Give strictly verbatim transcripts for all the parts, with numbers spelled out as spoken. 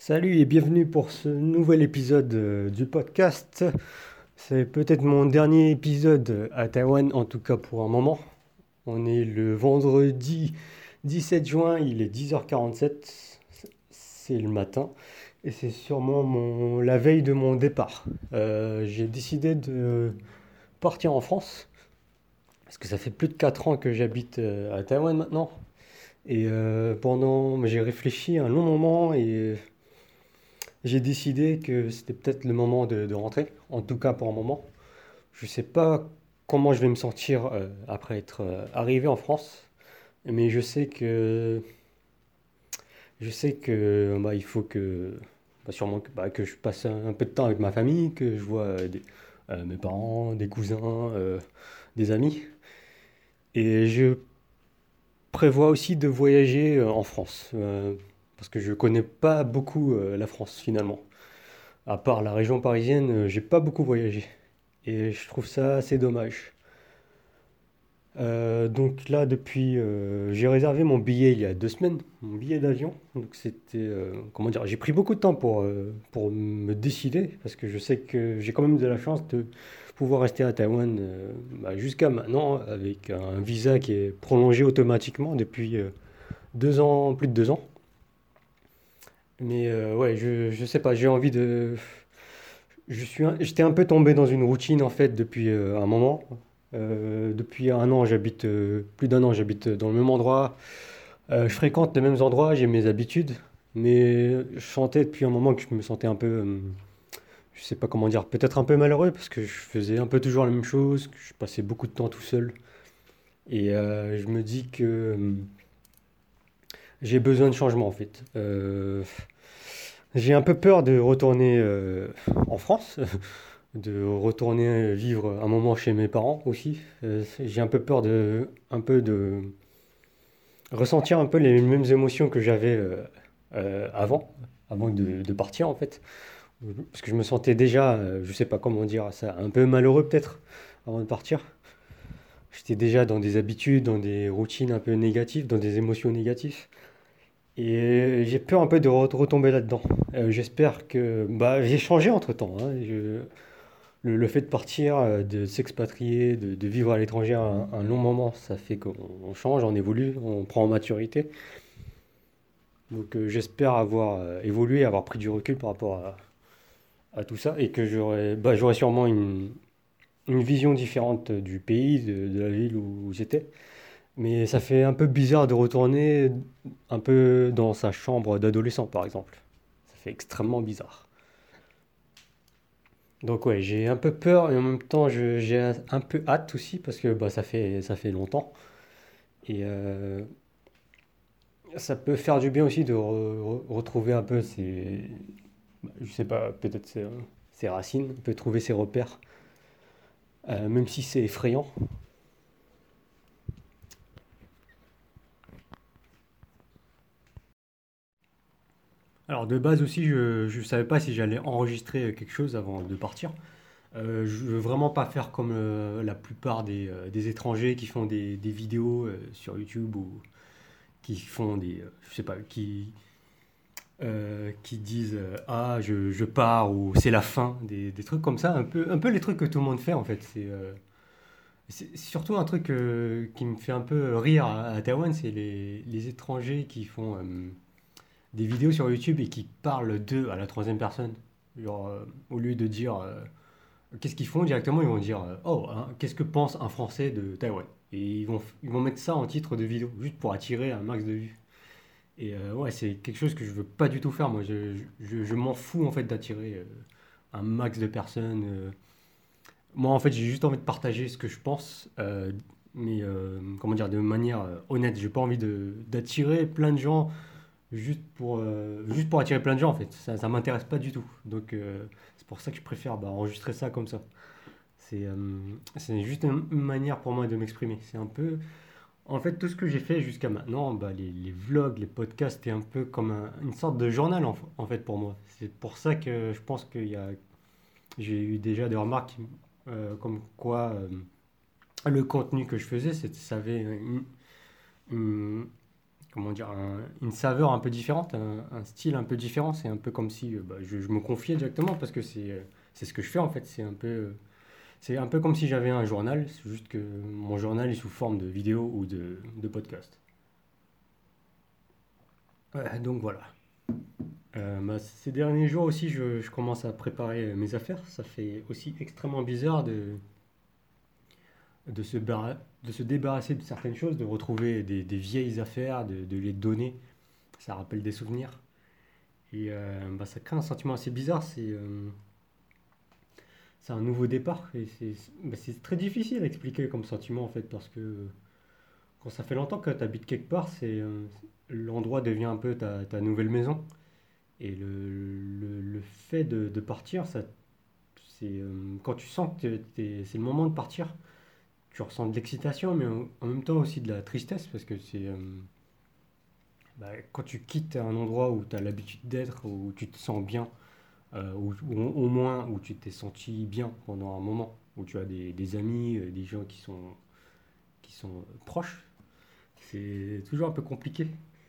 Salut et bienvenue pour ce nouvel épisode euh, du podcast. C'est peut-être mon dernier épisode à Taïwan, en tout cas pour un moment. On est le vendredi dix-sept juin, il est dix heures quarante-sept, c'est le matin, et c'est sûrement mon, la veille de mon départ. Euh, j'ai décidé de partir en France, parce que ça fait plus de quatre ans que j'habite euh, à Taïwan maintenant. Et euh, pendant, j'ai réfléchi un long moment et j'ai décidé que c'était peut-être le moment de, de rentrer, en tout cas pour un moment. Je ne sais pas comment je vais me sentir euh, après être euh, arrivé en France, mais je sais que je sais que bah, il faut que bah, sûrement que, bah, que je passe un, un peu de temps avec ma famille, que je vois euh, des- euh, mes parents, des cousins, euh, des amis. Et je prévois aussi de voyager euh, en France, euh, parce que je connais pas beaucoup euh, la France finalement. À part la région parisienne, euh, j'ai pas beaucoup voyagé. Et je trouve ça assez dommage. Euh, donc là, depuis, euh, j'ai réservé mon billet il y a deux semaines, mon billet d'avion. Donc c'était, euh, comment dire, j'ai pris beaucoup de temps pour, euh, pour me décider, parce que je sais que j'ai quand même de la chance de pouvoir rester à Taïwan euh, bah, jusqu'à maintenant, avec un visa qui est prolongé automatiquement depuis euh, deux ans, plus de deux ans. Mais euh, ouais, je, je sais pas, j'ai envie de, Je suis un- j'étais un peu tombé dans une routine en fait depuis euh, un moment. Euh, depuis un an, j'habite, euh, plus d'un an, j'habite dans le même endroit. Euh, je fréquente les mêmes endroits, j'ai mes habitudes. Mais je sentais depuis un moment que je me sentais un peu, euh, je sais pas comment dire, peut-être un peu malheureux parce que je faisais un peu toujours la même chose, que je passais beaucoup de temps tout seul. Et euh, je me dis que euh, j'ai besoin de changement en fait. Euh, j'ai un peu peur de retourner euh, en France. De retourner vivre un moment chez mes parents aussi. Euh, j'ai un peu peur de, un peu de ressentir un peu les mêmes émotions que j'avais euh, euh, avant, avant de, de partir en fait. Parce que je me sentais déjà, euh, je sais pas comment dire ça, un peu malheureux peut-être avant de partir. J'étais déjà dans des habitudes, dans des routines un peu négatives, dans des émotions négatives. Et j'ai peur un peu de re- retomber là-dedans. Euh, j'espère que... Bah, j'ai changé entre-temps, hein. Je- Le, le fait de partir, euh, de s'expatrier, de, de vivre à l'étranger un, un long moment, ça fait qu'on on change, on évolue, on prend en maturité. Donc euh, j'espère avoir euh, évolué, avoir pris du recul par rapport à, à tout ça et que j'aurai bah, j'aurai sûrement une, une vision différente du pays, de, de la ville où j'étais. Mais ça fait un peu bizarre de retourner un peu dans sa chambre d'adolescent, par exemple. Ça fait extrêmement bizarre. Donc ouais, j'ai un peu peur et en même temps je- j'ai un un peu hâte aussi parce que bah, ça fait, ça fait longtemps. Et euh, ça peut faire du bien aussi de re- re- retrouver un peu ses, bah, je sais pas, peut-être ses, ses racines, on peut trouver ses repères, euh, même si c'est effrayant. Alors de base aussi, je ne savais pas si j'allais enregistrer quelque chose avant de partir. Euh, je veux vraiment pas faire comme euh, la plupart des, euh, des étrangers qui font des, des vidéos euh, sur YouTube ou qui font des, euh, je sais pas, qui, euh, qui disent euh, ah je, je pars ou c'est la fin, des, des trucs comme ça, un peu, un peu les trucs que tout le monde fait en fait. C'est euh, c'est surtout un truc euh, qui me fait un peu rire à, à Taïwan, c'est les, les étrangers qui font euh, des vidéos sur YouTube et qui parlent d'eux à la troisième personne. Genre, euh, au lieu de dire euh, qu'est-ce qu'ils font directement, ils vont dire euh, oh, hein, qu'est-ce que pense un Français de Taïwan? Et ils vont, ils vont mettre ça en titre de vidéo, juste pour attirer un max de vues. Et euh, ouais, c'est quelque chose que je veux pas du tout faire. Moi, je, je, je m'en fous en fait d'attirer euh, un max de personnes. euh. Moi, en fait, j'ai juste envie de partager ce que je pense, euh, mais euh, comment dire, de manière euh, honnête. J'ai pas envie de d'attirer plein de gens juste pour euh, juste pour attirer plein de gens en fait. Ça, ça m'intéresse pas du tout. Donc euh, c'est pour ça que je préfère bah, enregistrer ça comme ça. C'est euh, c'est juste une une manière pour moi de m'exprimer. C'est un peu en fait, tout ce que j'ai fait jusqu'à maintenant, bah, les, les vlogs, les podcasts, c'était un peu comme un- une sorte de journal en, en fait pour moi. C'est pour ça que je pense qu'il y a, j'ai eu déjà des remarques euh, comme quoi euh, le contenu que je faisais, c'est- ça avait une, une- comment dire, un- une saveur un peu différente, un, un style un peu différent. C'est un peu comme si euh, bah, je, je me confiais directement parce que c'est euh, c'est ce que je fais en fait. C'est un peu, euh, c'est un peu comme si j'avais un journal, c'est juste que mon journal est sous forme de vidéo ou de, de podcast. Ouais, donc voilà. Euh, bah, ces derniers jours aussi, je, je commence à préparer mes affaires. Ça fait aussi extrêmement bizarre de, de se, barra- de se débarrasser de certaines choses, de retrouver des, des vieilles affaires, de, de les donner. Ça rappelle des souvenirs. Et euh, bah, ça crée un sentiment assez bizarre. C'est euh, c'est un nouveau départ. Et c'est bah, c'est très difficile à expliquer comme sentiment en fait, parce que quand ça fait longtemps que tu habites quelque part, c'est euh, l'endroit devient un peu ta, ta nouvelle maison. Et le, le, le fait de, de partir, ça, c'est euh, quand tu sens que t'es- c'est le moment de partir, tu ressens de l'excitation, mais en, en même temps aussi de la tristesse, parce que c'est euh, bah, quand tu quittes un endroit où tu as l'habitude d'être, où tu te sens bien, euh, ou, ou au moins où tu t'es senti bien pendant un moment, où tu as des, des amis, euh, des gens qui sont, qui sont proches, c'est toujours un peu compliqué.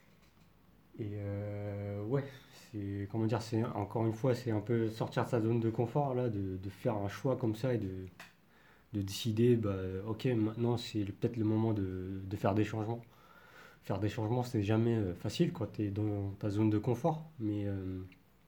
Et euh, ouais, c'est comment dire, c'est encore une fois, c'est un peu sortir de sa zone de confort là, de, de faire un choix comme ça et de, de décider, bah, ok, maintenant c'est le- peut-être le moment de, de faire des changements. Faire des changements, c'est jamais euh, facile quand tu es dans ta zone de confort, mais euh,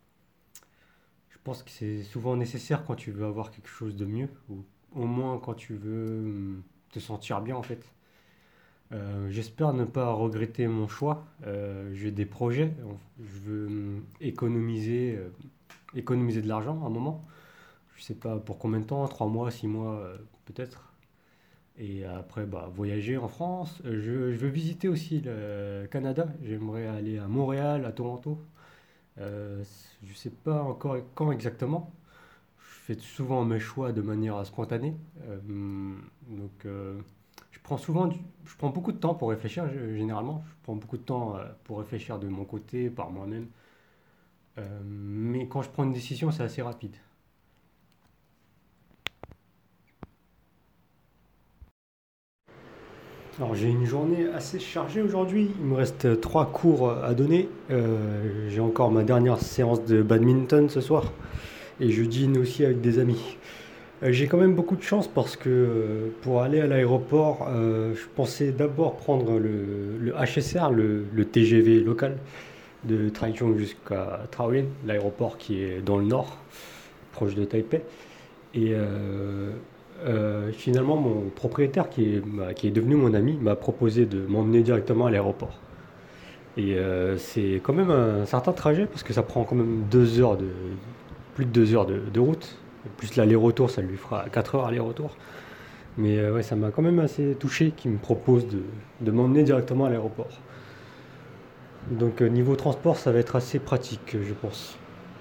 je pense que c'est souvent nécessaire quand tu veux avoir quelque chose de mieux, ou au moins quand tu veux hum, te sentir bien en fait. Euh, j'espère ne pas regretter mon choix. Euh, j'ai des projets. Je veux hum, économiser, euh, économiser de l'argent à un moment. Je sais pas pour combien de temps, trois mois, six mois euh, peut-être. Et après, bah, voyager en France. Euh, Je, je veux visiter aussi le Canada. J'aimerais aller à Montréal, à Toronto. Euh, je sais pas encore quand exactement. Je fais souvent mes choix de manière spontanée. Euh, donc, euh, je prends souvent, du- je prends beaucoup de temps pour réfléchir. je- généralement, je prends beaucoup de temps euh, pour réfléchir de mon côté, par moi-même. Euh, mais quand je prends une décision, c'est assez rapide. Alors, j'ai une journée assez chargée aujourd'hui. Il me reste euh, trois cours à donner. Euh, j'ai encore ma dernière séance de badminton ce soir. Et je dîne aussi avec des amis. Euh, J'ai quand même beaucoup de chance parce que euh, pour aller à l'aéroport, euh, je pensais d'abord prendre le, le H S R, le, le T G V local, de Taichung jusqu'à Taoyuan, l'aéroport qui est dans le nord, proche de Taipei. Et euh, euh, finalement, mon propriétaire, qui est, bah, qui est devenu mon ami, m'a proposé de m'emmener directement à l'aéroport. Et euh, c'est quand même un certain trajet parce que ça prend quand même deux heures de, plus de deux heures de, de route. Plus l'aller-retour, ça lui fera quatre heures aller-retour. Mais euh, ouais, ça m'a quand même assez touché qu'il me propose de, de m'emmener directement à l'aéroport. Donc euh, niveau transport, ça va être assez pratique, je pense.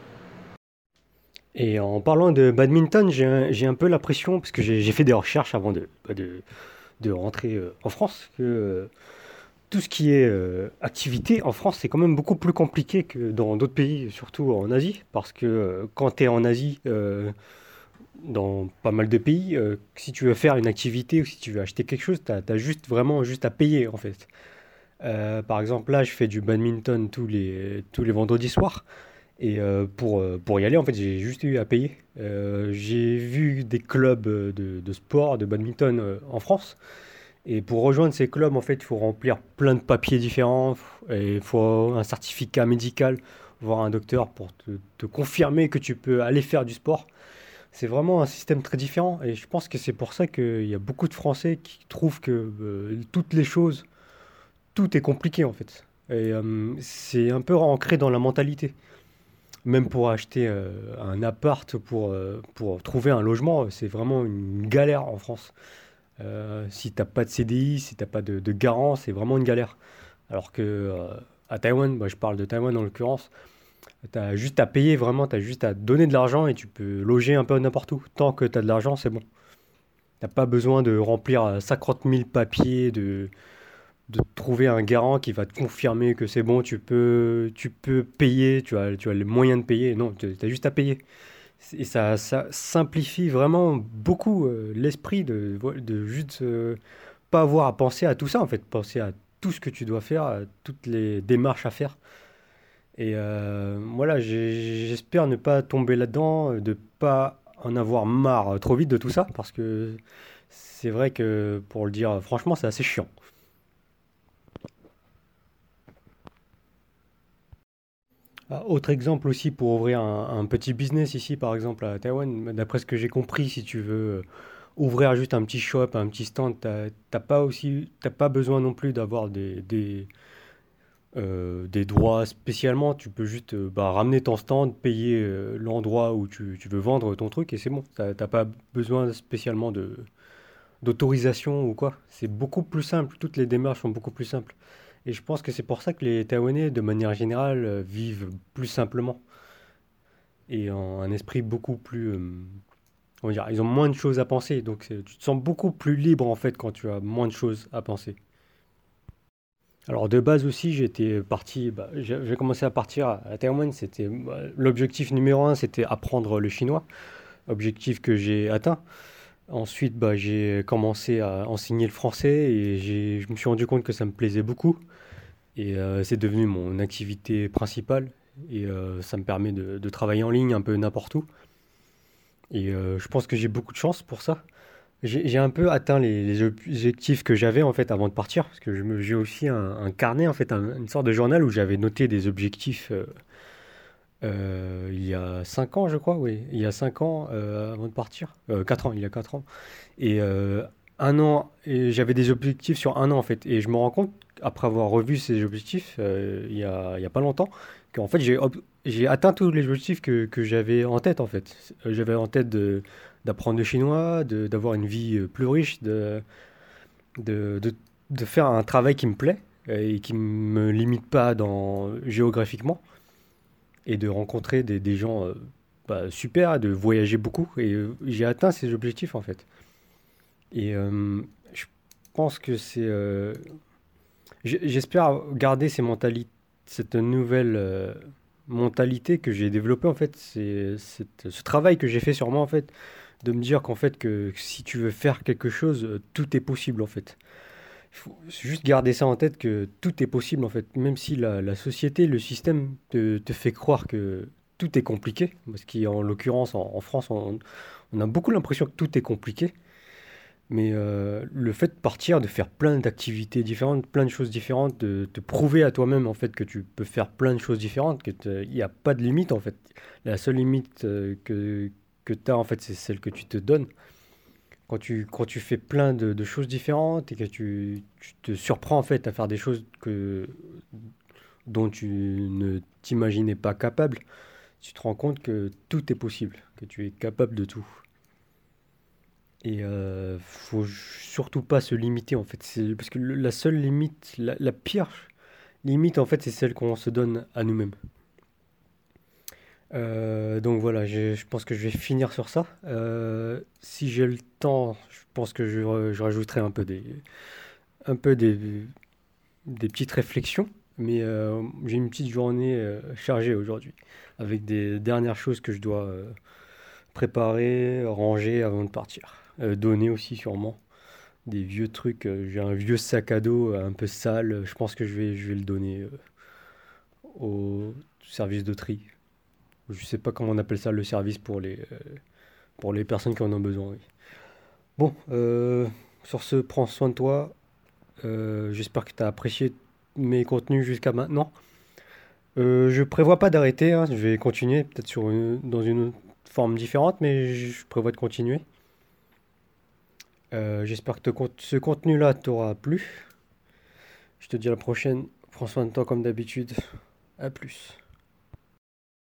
Et en parlant de badminton, j'ai un, j'ai un peu l'impression, parce que j'ai j'ai fait des recherches avant de, bah, de, de rentrer euh, en France, que euh, tout ce qui est euh, activité en France, c'est quand même beaucoup plus compliqué que dans d'autres pays, surtout en Asie. Parce que euh, quand tu es en Asie, euh, dans pas mal de pays, euh, si tu veux faire une activité ou si tu veux acheter quelque chose, tu as, juste vraiment juste à payer en fait. Euh, par exemple, là, je fais du badminton tous les, tous les vendredis soirs. Et euh, pour, euh, pour y aller, en fait, j'ai juste eu à payer. Euh, j'ai vu des clubs euh, de, de sport, de badminton euh, en France. Et pour rejoindre ces clubs, en fait, il faut remplir plein de papiers différents. Et il faut un certificat médical, voir un docteur pour te, te confirmer que tu peux aller faire du sport. C'est vraiment un système très différent. Et je pense que c'est pour ça qu'il y a beaucoup de Français qui trouvent que euh, toutes les choses, tout est compliqué, en fait. Et euh, c'est un peu ancré dans la mentalité. Même pour acheter euh, un appart, pour, euh, pour trouver un logement, c'est vraiment une galère en France. Euh, si t'as pas de C D I, si t'as pas de, de garant, c'est vraiment une galère. Alors que euh, à Taïwan, bah, je parle de Taïwan en l'occurrence, t'as juste à payer vraiment, t'as juste à donner de l'argent et tu peux loger un peu n'importe où. Tant que t'as de l'argent, c'est bon. T'as pas besoin de remplir euh, cinquante mille papiers, de, de trouver un garant qui va te confirmer que c'est bon, tu peux, tu peux payer, tu as, tu as les moyens de payer. Non, tu as juste à payer. Et ça, ça simplifie vraiment beaucoup euh, l'esprit de, de juste euh, pas avoir à penser à tout ça en fait, penser à tout ce que tu dois faire, euh, toutes les démarches à faire. Et euh, voilà, j'ai- j'espère ne pas tomber là-dedans, euh, de pas en avoir marre euh, trop vite de tout ça, parce que c'est vrai que pour le dire franchement, c'est assez chiant. Ah, autre exemple aussi pour ouvrir un, un petit business ici, par exemple à Taïwan, d'après ce que j'ai compris, si tu veux euh, ouvrir juste un petit shop, un petit stand, t'as t'as pas aussi, t'as pas besoin non plus d'avoir des, des, euh, des droits spécialement. Tu peux juste euh, bah, ramener ton stand, payer euh, l'endroit où tu, tu veux vendre ton truc et c'est bon. T'as t'as pas besoin spécialement de d'autorisation ou quoi. C'est beaucoup plus simple. Toutes les démarches sont beaucoup plus simples. Et je pense que c'est pour ça que les Taïwanais, de manière générale, euh, vivent plus simplement et en un esprit beaucoup plus, euh, on va dire, ils ont moins de choses à penser. Donc c'est- tu te sens beaucoup plus libre en fait quand tu as moins de choses à penser. Alors de base aussi, j'étais parti, bah, j'ai j'ai commencé à partir à à Taïwan. C'était bah, l'objectif numéro un, c'était apprendre le chinois, objectif que j'ai atteint. Ensuite, bah, j'ai commencé à enseigner le français et j'ai, je me suis rendu compte que ça me plaisait beaucoup. Et euh, c'est devenu mon activité principale. Et euh, ça me permet de, de travailler en ligne un peu n'importe où. Et euh, je pense que j'ai beaucoup de chance pour ça. J'ai j'ai un peu atteint les, les objectifs que j'avais en fait avant de partir. Parce que je me- j'ai aussi un, un carnet, en fait, un- une sorte de journal où j'avais noté des objectifs euh, euh, il y a cinq ans, je crois, oui. Il y a cinq ans euh, avant de partir. Euh, quatre ans, il y a quatre ans. Et euh, un an, et j'avais des objectifs sur un an en fait. Et je me rends compte, après avoir revu ces objectifs euh, il y a, il y a pas longtemps, qu'en fait j'ai ob- j'ai atteint tous les objectifs que, que j'avais en tête en fait. Euh, J'avais en tête de, d'apprendre le chinois, de, d'avoir une vie euh, plus riche, de, de, de, de faire un travail qui me plaît euh, et qui me limite pas dans, géographiquement et de rencontrer des, des gens euh, bah, super, de voyager beaucoup. Et euh, j'ai atteint ces objectifs en fait. Et euh, je pense que c'est. euh, j'- j'espère garder ces mentalités, cette nouvelle euh, mentalité que j'ai développée en fait, c'est cette- ce travail que j'ai fait sur moi en fait, de me dire qu'en fait que si tu veux faire quelque chose, euh, tout est possible en fait. Il faut juste garder ça en tête que tout est possible en fait, même si la, la société, le système te, te fait croire que tout est compliqué, parce qu'en l'occurrence en, en France, on, on a beaucoup l'impression que tout est compliqué. Mais euh, le fait de partir, de faire plein d'activités différentes, plein de choses différentes, de te prouver à toi-même en fait que tu peux faire plein de choses différentes, que il n'y a pas de limite en fait. La seule limite euh, que, que tu as en fait, c'est celle que tu te donnes. Quand tu, quand tu fais plein de, de choses différentes et que tu, tu te surprends en fait à faire des choses que, dont tu ne t'imaginais pas capable, tu te rends compte que tout est possible, que tu es capable de tout. Et euh, faut surtout pas se limiter en fait. C'est parce que le- la seule limite, la, la pire limite en fait, c'est celle qu'on se donne à nous-mêmes. Euh, donc voilà, je, je pense que je vais finir sur ça. Euh, si j'ai le temps, je pense que je, re- je rajouterai un peu des, un peu des, des petites réflexions. Mais euh, j'ai une petite journée euh, chargée aujourd'hui, avec des dernières choses que je dois euh, préparer, ranger avant de partir. Euh, donner aussi sûrement. Des vieux trucs. euh, J'ai un vieux sac à dos euh, un peu sale. Je pense que je vais, je vais le donner euh, au service de tri. Je sais pas comment on appelle ça, le service pour les, euh, pour les personnes qui en ont besoin. Oui. Bon, euh, sur ce, prends soin de toi. Euh, j'espère que tu as apprécié mes contenus jusqu'à maintenant. Euh, je prévois pas d'arrêter, hein. Je vais continuer peut-être sur une- dans une forme différente, mais je prévois de continuer. Euh, j'espère que te con- ce contenu-là t'aura plu. Je te dis à la prochaine. Prends soin de toi comme d'habitude. À plus.